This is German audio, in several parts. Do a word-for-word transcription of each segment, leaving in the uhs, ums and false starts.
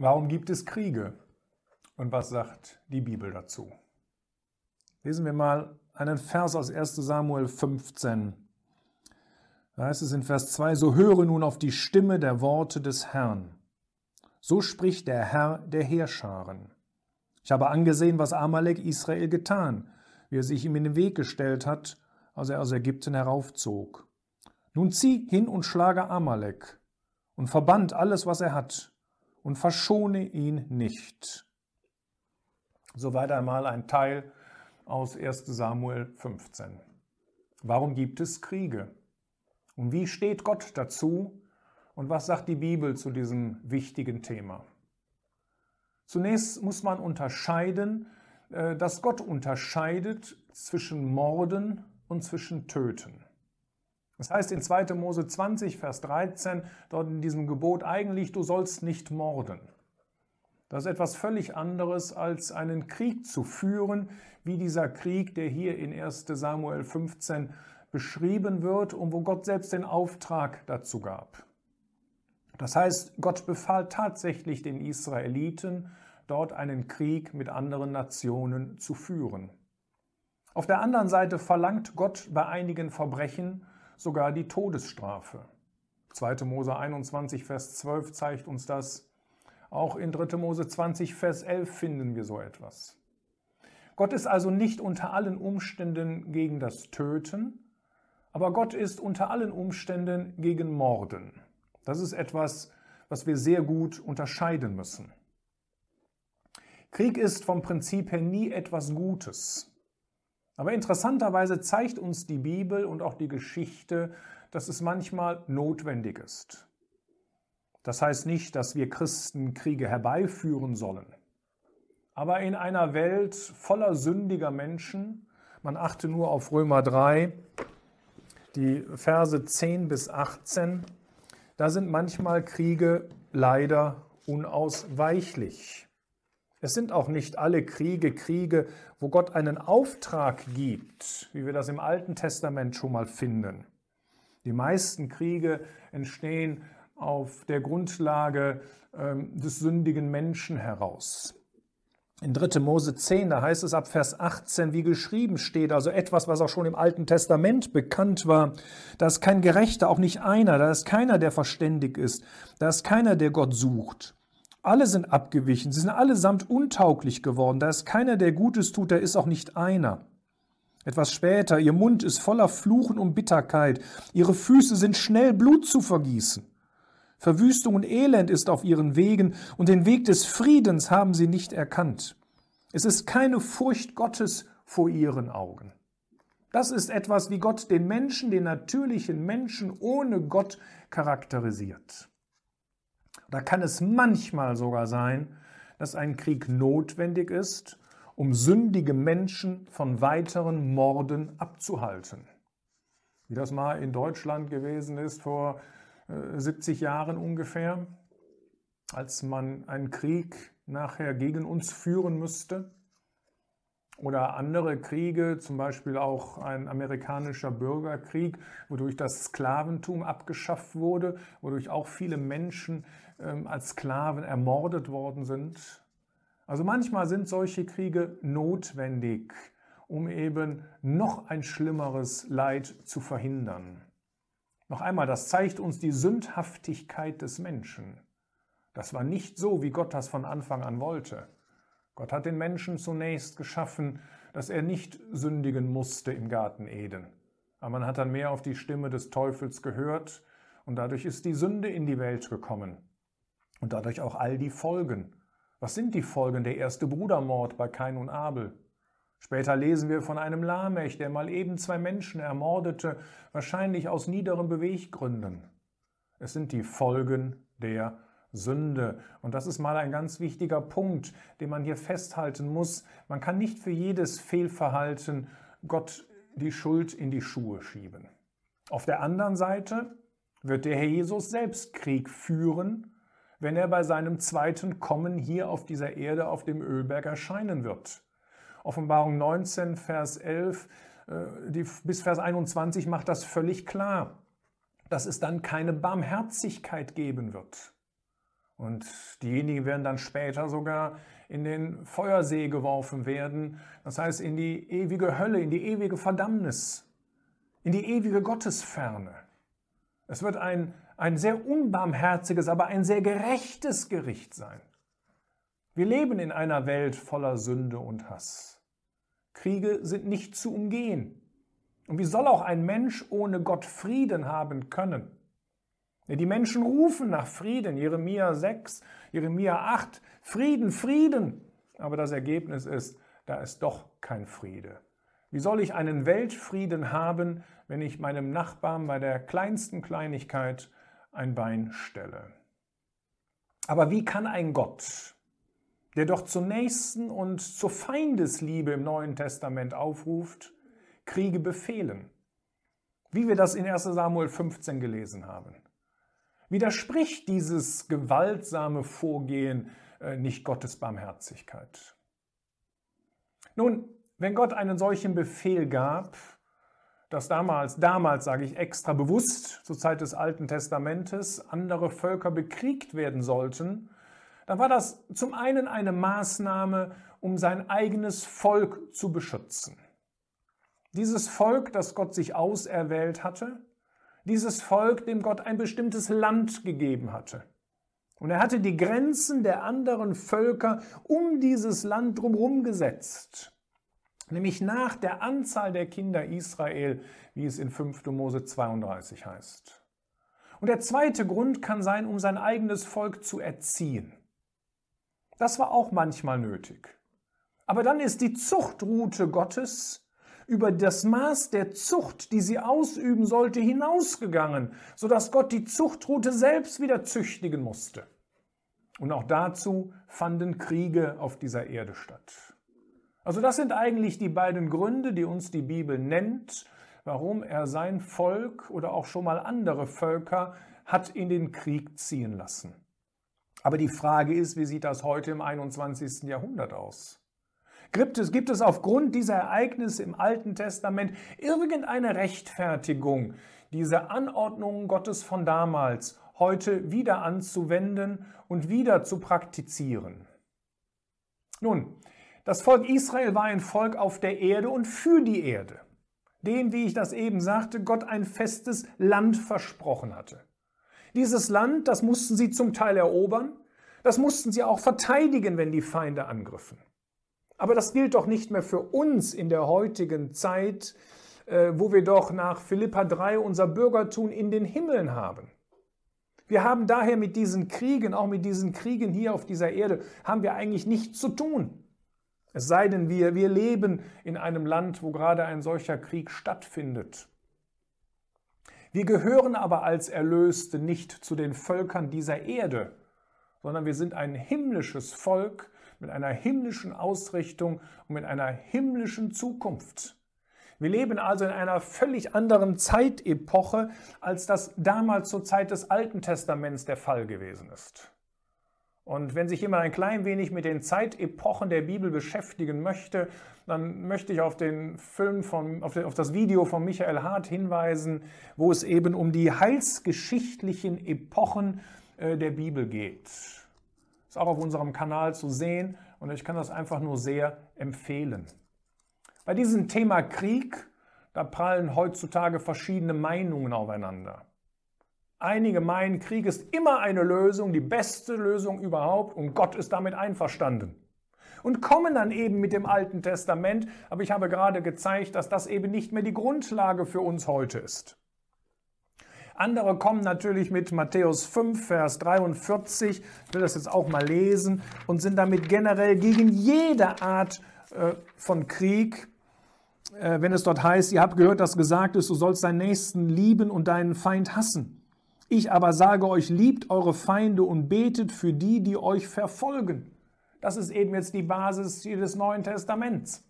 Warum gibt es Kriege? Und was sagt die Bibel dazu? Lesen wir mal einen Vers aus erster Samuel fünfzehn. Da heißt es in Vers zwei, so höre nun auf die Stimme der Worte des Herrn. So spricht der Herr der Heerscharen. Ich habe angesehen, was Amalek Israel getan, wie er sich ihm in den Weg gestellt hat, als er aus Ägypten heraufzog. Nun zieh hin und schlage Amalek und verbannt alles, was er hat, und verschone ihn nicht. Soweit einmal ein Teil aus erster Samuel fünfzehn. Warum gibt es Kriege? Und wie steht Gott dazu? Und was sagt die Bibel zu diesem wichtigen Thema? Zunächst muss man unterscheiden, dass Gott unterscheidet zwischen Morden und zwischen Töten. Das heißt in zweiter Mose zwanzig, Vers dreizehn, dort in diesem Gebot eigentlich, du sollst nicht morden. Das ist etwas völlig anderes, als einen Krieg zu führen, wie dieser Krieg, der hier in erster Samuel fünfzehn beschrieben wird und wo Gott selbst den Auftrag dazu gab. Das heißt, Gott befahl tatsächlich den Israeliten, dort einen Krieg mit anderen Nationen zu führen. Auf der anderen Seite verlangt Gott bei einigen Verbrechen sogar die Todesstrafe. zweiter Mose einundzwanzig, Vers zwölf zeigt uns das. Auch in dritter Mose zwanzig, Vers elf finden wir so etwas. Gott ist also nicht unter allen Umständen gegen das Töten, aber Gott ist unter allen Umständen gegen Morden. Das ist etwas, was wir sehr gut unterscheiden müssen. Krieg ist vom Prinzip her nie etwas Gutes. Aber interessanterweise zeigt uns die Bibel und auch die Geschichte, dass es manchmal notwendig ist. Das heißt nicht, dass wir Christen Kriege herbeiführen sollen. Aber in einer Welt voller sündiger Menschen, man achte nur auf Römer drei, die Verse zehn bis achtzehn, da sind manchmal Kriege leider unausweichlich. Es sind auch nicht alle Kriege Kriege, wo Gott einen Auftrag gibt, wie wir das im Alten Testament schon mal finden. Die meisten Kriege entstehen auf der Grundlage ähm, des sündigen Menschen heraus. In dritter Mose zehn, da heißt es ab Vers achtzehn, wie geschrieben steht, also etwas, was auch schon im Alten Testament bekannt war, da ist kein Gerechter, auch nicht einer, da ist keiner, der verständig ist, da ist keiner, der Gott sucht. Alle sind abgewichen, sie sind allesamt untauglich geworden, da ist keiner, der Gutes tut, da ist auch nicht einer. Etwas später, ihr Mund ist voller Fluchen und Bitterkeit, ihre Füße sind schnell Blut zu vergießen. Verwüstung und Elend ist auf ihren Wegen und den Weg des Friedens haben sie nicht erkannt. Es ist keine Furcht Gottes vor ihren Augen. Das ist etwas, wie Gott den Menschen, den natürlichen Menschen ohne Gott charakterisiert. Da kann es manchmal sogar sein, dass ein Krieg notwendig ist, um sündige Menschen von weiteren Morden abzuhalten. Wie das mal in Deutschland gewesen ist vor siebzig Jahren ungefähr, als man einen Krieg nachher gegen uns führen müsste. Oder andere Kriege, zum Beispiel auch ein amerikanischer Bürgerkrieg, wodurch das Sklaventum abgeschafft wurde, wodurch auch viele Menschen ähm, als Sklaven ermordet worden sind. Also manchmal sind solche Kriege notwendig, um eben noch ein schlimmeres Leid zu verhindern. Noch einmal, das zeigt uns die Sündhaftigkeit des Menschen. Das war nicht so, wie Gott das von Anfang an wollte. Gott hat den Menschen zunächst geschaffen, dass er nicht sündigen musste im Garten Eden. Aber man hat dann mehr auf die Stimme des Teufels gehört und dadurch ist die Sünde in die Welt gekommen. Und dadurch auch all die Folgen. Was sind die Folgen? Der erste Brudermord bei Kain und Abel. Später lesen wir von einem Lamech, der mal eben zwei Menschen ermordete, wahrscheinlich aus niederen Beweggründen. Es sind die Folgen der Sünde. Und das ist mal ein ganz wichtiger Punkt, den man hier festhalten muss. Man kann nicht für jedes Fehlverhalten Gott die Schuld in die Schuhe schieben. Auf der anderen Seite wird der Herr Jesus selbst Krieg führen, wenn er bei seinem zweiten Kommen hier auf dieser Erde auf dem Ölberg erscheinen wird. Offenbarung neunzehn, Vers elf äh, die, bis Vers einundzwanzig macht das völlig klar, dass es dann keine Barmherzigkeit geben wird. Und diejenigen werden dann später sogar in den Feuersee geworfen werden, das heißt in die ewige Hölle, in die ewige Verdammnis, in die ewige Gottesferne. Es wird ein, ein sehr unbarmherziges, aber ein sehr gerechtes Gericht sein. Wir leben in einer Welt voller Sünde und Hass. Kriege sind nicht zu umgehen. Und wie soll auch ein Mensch ohne Gott Frieden haben können? Die Menschen rufen nach Frieden, Jeremia sechs, Jeremia acht, Frieden, Frieden. Aber das Ergebnis ist, da ist doch kein Friede. Wie soll ich einen Weltfrieden haben, wenn ich meinem Nachbarn bei der kleinsten Kleinigkeit ein Bein stelle? Aber wie kann ein Gott, der doch zur Nächsten und zur Feindesliebe im Neuen Testament aufruft, Kriege befehlen? Wie wir das in erster Samuel fünfzehn gelesen haben. Widerspricht dieses gewaltsame Vorgehen äh, nicht Gottes Barmherzigkeit? Nun, wenn Gott einen solchen Befehl gab, dass damals, damals sage ich extra bewusst, zur Zeit des Alten Testamentes, andere Völker bekriegt werden sollten, dann war das zum einen eine Maßnahme, um sein eigenes Volk zu beschützen. Dieses Volk, das Gott sich auserwählt hatte, dieses Volk, dem Gott ein bestimmtes Land gegeben hatte. Und er hatte die Grenzen der anderen Völker um dieses Land drumherum gesetzt, nämlich nach der Anzahl der Kinder Israel, wie es in fünfter Mose zweiunddreißig heißt. Und der zweite Grund kann sein, um sein eigenes Volk zu erziehen. Das war auch manchmal nötig. Aber dann ist die Zuchtroute Gottes über das Maß der Zucht, die sie ausüben sollte, hinausgegangen, sodass Gott die Zuchtroute selbst wieder züchtigen musste. Und auch dazu fanden Kriege auf dieser Erde statt. Also das sind eigentlich die beiden Gründe, die uns die Bibel nennt, warum er sein Volk oder auch schon mal andere Völker hat in den Krieg ziehen lassen. Aber die Frage ist, wie sieht das heute im einundzwanzigsten Jahrhundert aus? Gibt es, gibt es aufgrund dieser Ereignisse im Alten Testament irgendeine Rechtfertigung, diese Anordnungen Gottes von damals heute wieder anzuwenden und wieder zu praktizieren? Nun, das Volk Israel war ein Volk auf der Erde und für die Erde, dem, wie ich das eben sagte, Gott ein festes Land versprochen hatte. Dieses Land, das mussten sie zum Teil erobern, das mussten sie auch verteidigen, wenn die Feinde angriffen. Aber das gilt doch nicht mehr für uns in der heutigen Zeit, wo wir doch nach Philipper drei unser Bürgertum in den Himmeln haben. Wir haben daher mit diesen Kriegen, auch mit diesen Kriegen hier auf dieser Erde, haben wir eigentlich nichts zu tun. Es sei denn, wir, wir leben in einem Land, wo gerade ein solcher Krieg stattfindet. Wir gehören aber als Erlöste nicht zu den Völkern dieser Erde, sondern wir sind ein himmlisches Volk mit einer himmlischen Ausrichtung und mit einer himmlischen Zukunft. Wir leben also in einer völlig anderen Zeitepoche, als das damals zur Zeit des Alten Testaments der Fall gewesen ist. Und wenn sich jemand ein klein wenig mit den Zeitepochen der Bibel beschäftigen möchte, dann möchte ich auf den Film von, auf, den, auf das Video von Michael Hart hinweisen, wo es eben um die heilsgeschichtlichen Epochen äh, der Bibel geht. Ist auch auf unserem Kanal zu sehen und ich kann das einfach nur sehr empfehlen. Bei diesem Thema Krieg, da prallen heutzutage verschiedene Meinungen aufeinander. Einige meinen, Krieg ist immer eine Lösung, die beste Lösung überhaupt und Gott ist damit einverstanden. Und kommen dann eben mit dem Alten Testament, aber ich habe gerade gezeigt, dass das eben nicht mehr die Grundlage für uns heute ist. Andere kommen natürlich mit Matthäus fünf, Vers dreiundvierzig, ich will das jetzt auch mal lesen, und sind damit generell gegen jede Art äh, von Krieg, äh, wenn es dort heißt, ihr habt gehört, dass gesagt ist, du sollst deinen Nächsten lieben und deinen Feind hassen. Ich aber sage euch, liebt eure Feinde und betet für die, die euch verfolgen. Das ist eben jetzt die Basis des Neuen Testaments.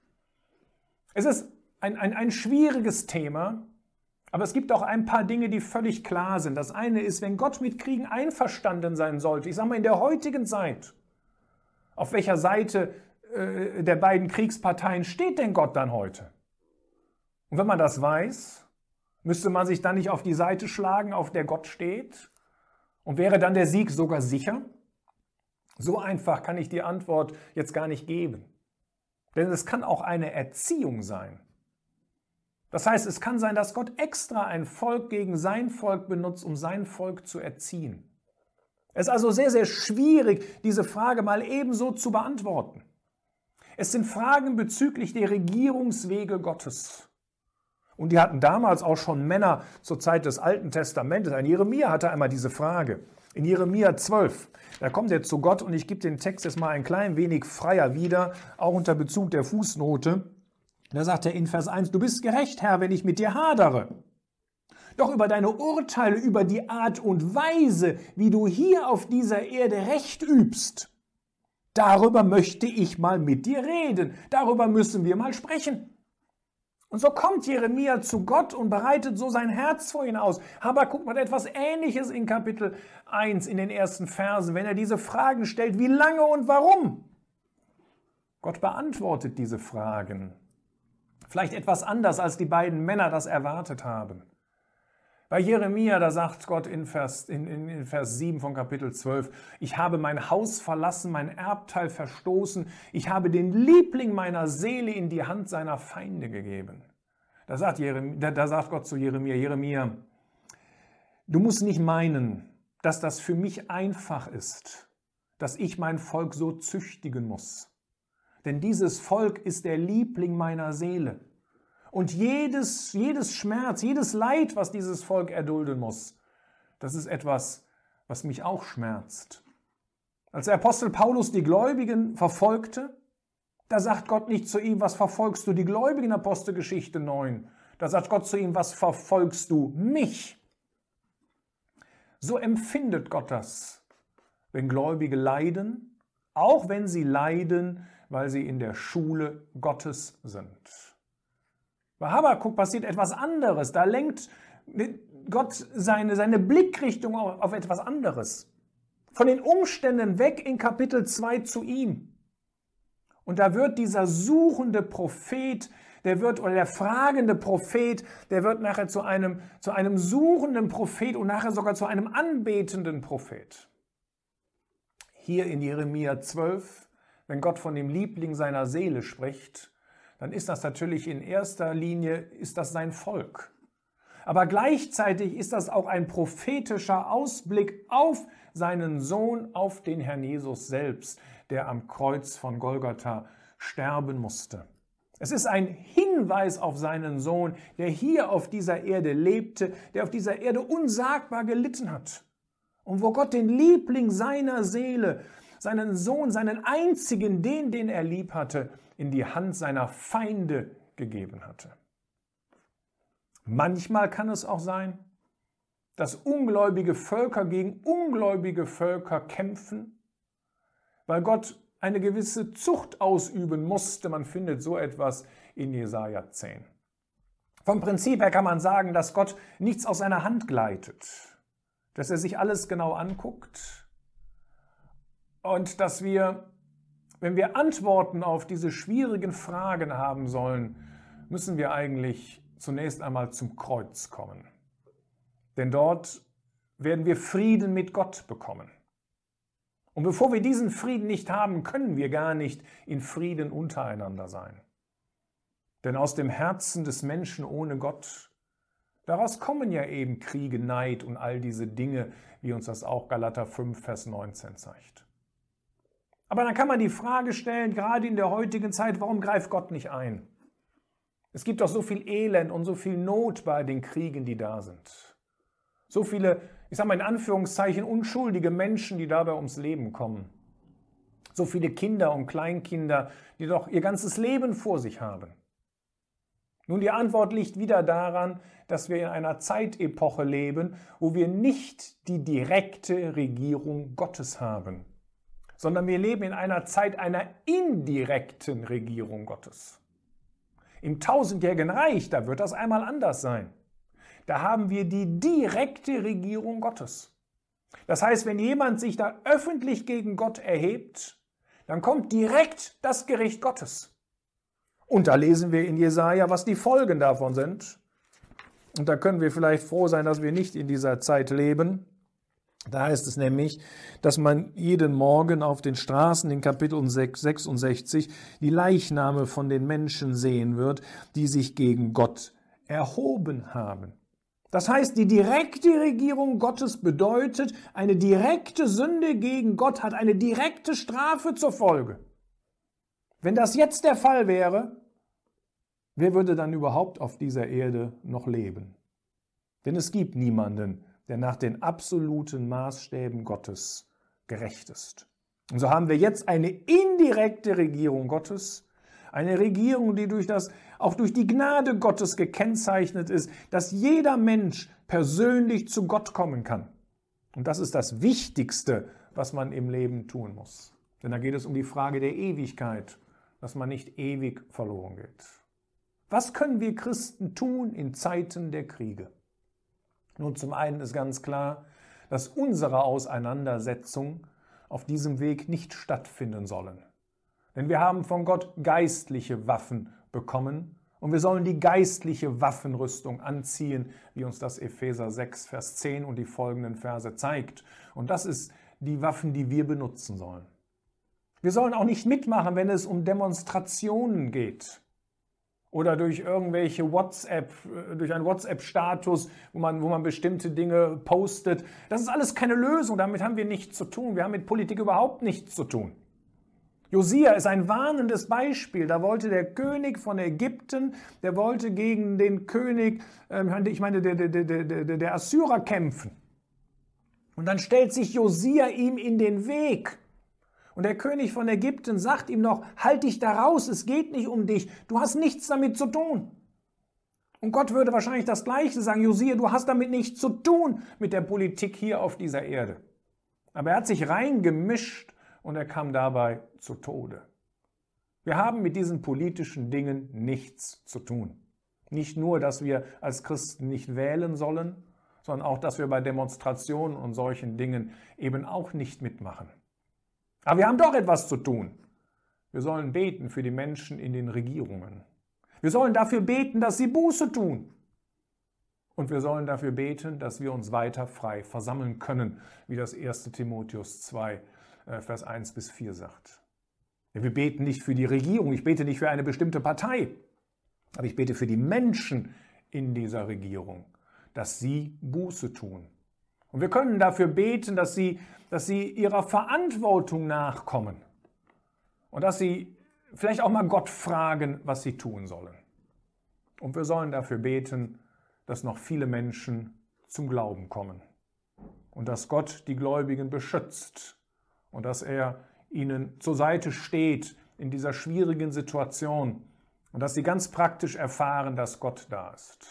Es ist ein, ein, ein schwieriges Thema, aber es gibt auch ein paar Dinge, die völlig klar sind. Das eine ist, wenn Gott mit Kriegen einverstanden sein sollte, ich sage mal in der heutigen Zeit, auf welcher Seite äh, der beiden Kriegsparteien steht denn Gott dann heute? Und wenn man das weiß, müsste man sich dann nicht auf die Seite schlagen, auf der Gott steht? Und wäre dann der Sieg sogar sicher? So einfach kann ich die Antwort jetzt gar nicht geben. Denn es kann auch eine Erziehung sein. Das heißt, es kann sein, dass Gott extra ein Volk gegen sein Volk benutzt, um sein Volk zu erziehen. Es ist also sehr, sehr schwierig, diese Frage mal ebenso zu beantworten. Es sind Fragen bezüglich der Regierungswege Gottes. Und die hatten damals auch schon Männer zur Zeit des Alten Testamentes. Ein Jeremia hatte einmal diese Frage. In Jeremia zwölf, da kommt er zu Gott und ich gebe den Text jetzt mal ein klein wenig freier wieder, auch unter Bezug der Fußnote. Da sagt er in Vers eins, du bist gerecht, Herr, wenn ich mit dir hadere. Doch über deine Urteile, über die Art und Weise, wie du hier auf dieser Erde Recht übst, darüber möchte ich mal mit dir reden. Darüber müssen wir mal sprechen. Und so kommt Jeremia zu Gott und bereitet so sein Herz vor ihn aus. Habakuk macht etwas Ähnliches in Kapitel eins, in den ersten Versen, wenn er diese Fragen stellt, wie lange und warum? Gott beantwortet diese Fragen. Vielleicht etwas anders, als die beiden Männer das erwartet haben. Bei Jeremia, da sagt Gott in Vers, in, in, in Vers sieben von Kapitel zwölf, ich habe mein Haus verlassen, mein Erbteil verstoßen, ich habe den Liebling meiner Seele in die Hand seiner Feinde gegeben. Da sagt, Jeremia, da, da sagt Gott zu Jeremia, Jeremia, du musst nicht meinen, dass das für mich einfach ist, dass ich mein Volk so züchtigen muss. Denn dieses Volk ist der Liebling meiner Seele. Und jedes, jedes Schmerz, jedes Leid, was dieses Volk erdulden muss, das ist etwas, was mich auch schmerzt. Als der Apostel Paulus die Gläubigen verfolgte, da sagt Gott nicht zu ihm, was verfolgst du die Gläubigen, Apostelgeschichte neun. Da sagt Gott zu ihm, was verfolgst du mich? So empfindet Gott das, wenn Gläubige leiden, auch wenn sie leiden, weil sie in der Schule Gottes sind. Bei Habakuk passiert etwas anderes. Da lenkt Gott seine, seine Blickrichtung auf, auf etwas anderes. Von den Umständen weg in Kapitel zwei zu ihm. Und da wird dieser suchende Prophet, der wird, oder der fragende Prophet, der wird nachher zu einem, zu einem suchenden Prophet und nachher sogar zu einem anbetenden Prophet. Hier in Jeremia zwölf, wenn Gott von dem Liebling seiner Seele spricht, dann ist das natürlich in erster Linie, ist das sein Volk. Aber gleichzeitig ist das auch ein prophetischer Ausblick auf seinen Sohn, auf den Herrn Jesus selbst, der am Kreuz von Golgatha sterben musste. Es ist ein Hinweis auf seinen Sohn, der hier auf dieser Erde lebte, der auf dieser Erde unsagbar gelitten hat. Und wo Gott den Liebling seiner Seele, seinen Sohn, seinen einzigen, den, den er lieb hatte, in die Hand seiner Feinde gegeben hatte. Manchmal kann es auch sein, dass ungläubige Völker gegen ungläubige Völker kämpfen, weil Gott eine gewisse Zucht ausüben musste. Man findet so etwas in Jesaja zehn. Vom Prinzip her kann man sagen, dass Gott nichts aus seiner Hand gleitet, dass er sich alles genau anguckt und dass wir, wenn wir Antworten auf diese schwierigen Fragen haben sollen, müssen wir eigentlich zunächst einmal zum Kreuz kommen. Denn dort werden wir Frieden mit Gott bekommen. Und bevor wir diesen Frieden nicht haben, können wir gar nicht in Frieden untereinander sein. Denn aus dem Herzen des Menschen ohne Gott, daraus kommen ja eben Kriege, Neid und all diese Dinge, wie uns das auch Galater fünf, Vers neunzehn zeigt. Aber dann kann man die Frage stellen, gerade in der heutigen Zeit, warum greift Gott nicht ein? Es gibt doch so viel Elend und so viel Not bei den Kriegen, die da sind. So viele, ich sage mal in Anführungszeichen, unschuldige Menschen, die dabei ums Leben kommen. So viele Kinder und Kleinkinder, die doch ihr ganzes Leben vor sich haben. Nun, die Antwort liegt wieder daran, dass wir in einer Zeitepoche leben, wo wir nicht die direkte Regierung Gottes haben, sondern wir leben in einer Zeit einer indirekten Regierung Gottes. Im tausendjährigen Reich, da wird das einmal anders sein. Da haben wir die direkte Regierung Gottes. Das heißt, wenn jemand sich da öffentlich gegen Gott erhebt, dann kommt direkt das Gericht Gottes. Und da lesen wir in Jesaja, was die Folgen davon sind. Und da können wir vielleicht froh sein, dass wir nicht in dieser Zeit leben. Da heißt es nämlich, dass man jeden Morgen auf den Straßen in Kapitel sechsundsechzig die Leichname von den Menschen sehen wird, die sich gegen Gott erhoben haben. Das heißt, die direkte Regierung Gottes bedeutet, eine direkte Sünde gegen Gott hat eine direkte Strafe zur Folge. Wenn das jetzt der Fall wäre, wer würde dann überhaupt auf dieser Erde noch leben? Denn es gibt niemanden, der nach den absoluten Maßstäben Gottes gerecht ist. Und so haben wir jetzt eine indirekte Regierung Gottes, eine Regierung, die durch das, auch durch die Gnade Gottes gekennzeichnet ist, dass jeder Mensch persönlich zu Gott kommen kann. Und das ist das Wichtigste, was man im Leben tun muss. Denn da geht es um die Frage der Ewigkeit, dass man nicht ewig verloren geht. Was können wir Christen tun in Zeiten der Kriege? Nun, zum einen ist ganz klar, dass unsere Auseinandersetzungen auf diesem Weg nicht stattfinden sollen. Denn wir haben von Gott geistliche Waffen bekommen und wir sollen die geistliche Waffenrüstung anziehen, wie uns das Epheser sechs, Vers zehn und die folgenden Verse zeigt. Und das ist die Waffen, die wir benutzen sollen. Wir sollen auch nicht mitmachen, wenn es um Demonstrationen geht. Oder durch irgendwelche WhatsApp, durch einen WhatsApp-Status, wo man, wo man bestimmte Dinge postet. Das ist alles keine Lösung, damit haben wir nichts zu tun. Wir haben mit Politik überhaupt nichts zu tun. Josia ist ein warnendes Beispiel. Da wollte der König von Ägypten, der wollte gegen den König, ich meine, der, der, der, der, der Assyrer kämpfen. Und dann stellt sich Josia ihm in den Weg. Und der König von Ägypten sagt ihm noch, halt dich da raus, es geht nicht um dich, du hast nichts damit zu tun. Und Gott würde wahrscheinlich das Gleiche sagen, Josia, du hast damit nichts zu tun mit der Politik hier auf dieser Erde. Aber er hat sich reingemischt und er kam dabei zu Tode. Wir haben mit diesen politischen Dingen nichts zu tun. Nicht nur, dass wir als Christen nicht wählen sollen, sondern auch, dass wir bei Demonstrationen und solchen Dingen eben auch nicht mitmachen. Aber wir haben doch etwas zu tun. Wir sollen beten für die Menschen in den Regierungen. Wir sollen dafür beten, dass sie Buße tun. Und wir sollen dafür beten, dass wir uns weiter frei versammeln können, wie das erste Timotheus zwei, Vers eins bis vier sagt. Wir beten nicht für die Regierung, ich bete nicht für eine bestimmte Partei, aber ich bete für die Menschen in dieser Regierung, dass sie Buße tun. Und wir können dafür beten, dass sie, dass sie ihrer Verantwortung nachkommen und dass sie vielleicht auch mal Gott fragen, was sie tun sollen. Und wir sollen dafür beten, dass noch viele Menschen zum Glauben kommen und dass Gott die Gläubigen beschützt und dass er ihnen zur Seite steht in dieser schwierigen Situation und dass sie ganz praktisch erfahren, dass Gott da ist.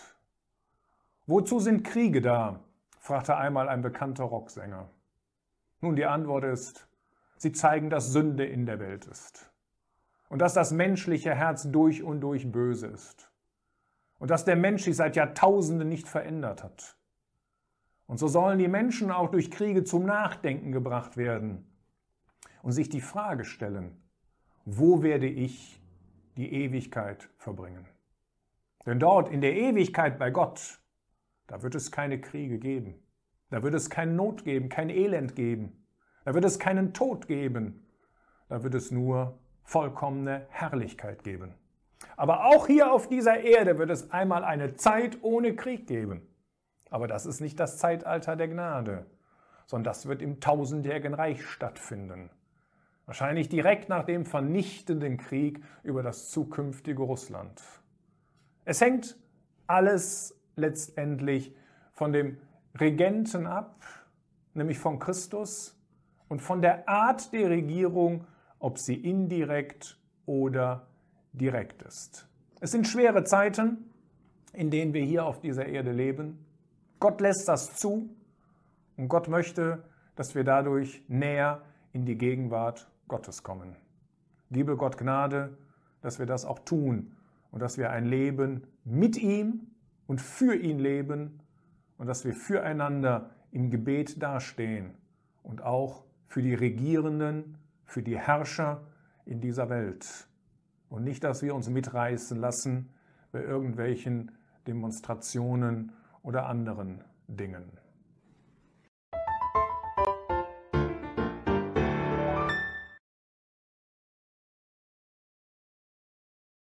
Wozu sind Kriege da? Fragte einmal ein bekannter Rocksänger. Nun, die Antwort ist, sie zeigen, dass Sünde in der Welt ist und dass das menschliche Herz durch und durch böse ist und dass der Mensch sich seit Jahrtausenden nicht verändert hat. Und so sollen die Menschen auch durch Kriege zum Nachdenken gebracht werden und sich die Frage stellen, wo werde ich die Ewigkeit verbringen? Denn dort in der Ewigkeit bei Gott, da wird es keine Kriege geben. Da wird es keine Not geben, kein Elend geben. Da wird es keinen Tod geben. Da wird es nur vollkommene Herrlichkeit geben. Aber auch hier auf dieser Erde wird es einmal eine Zeit ohne Krieg geben. Aber das ist nicht das Zeitalter der Gnade, sondern das wird im tausendjährigen Reich stattfinden. Wahrscheinlich direkt nach dem vernichtenden Krieg über das zukünftige Russland. Es hängt alles letztendlich von dem Regenten ab, nämlich von Christus und von der Art der Regierung, ob sie indirekt oder direkt ist. Es sind schwere Zeiten, in denen wir hier auf dieser Erde leben. Gott lässt das zu und Gott möchte, dass wir dadurch näher in die Gegenwart Gottes kommen. Liebe Gott Gnade, dass wir das auch tun und dass wir ein Leben mit ihm und für ihn leben und dass wir füreinander im Gebet dastehen und auch für die Regierenden, für die Herrscher in dieser Welt. Und nicht, dass wir uns mitreißen lassen bei irgendwelchen Demonstrationen oder anderen Dingen.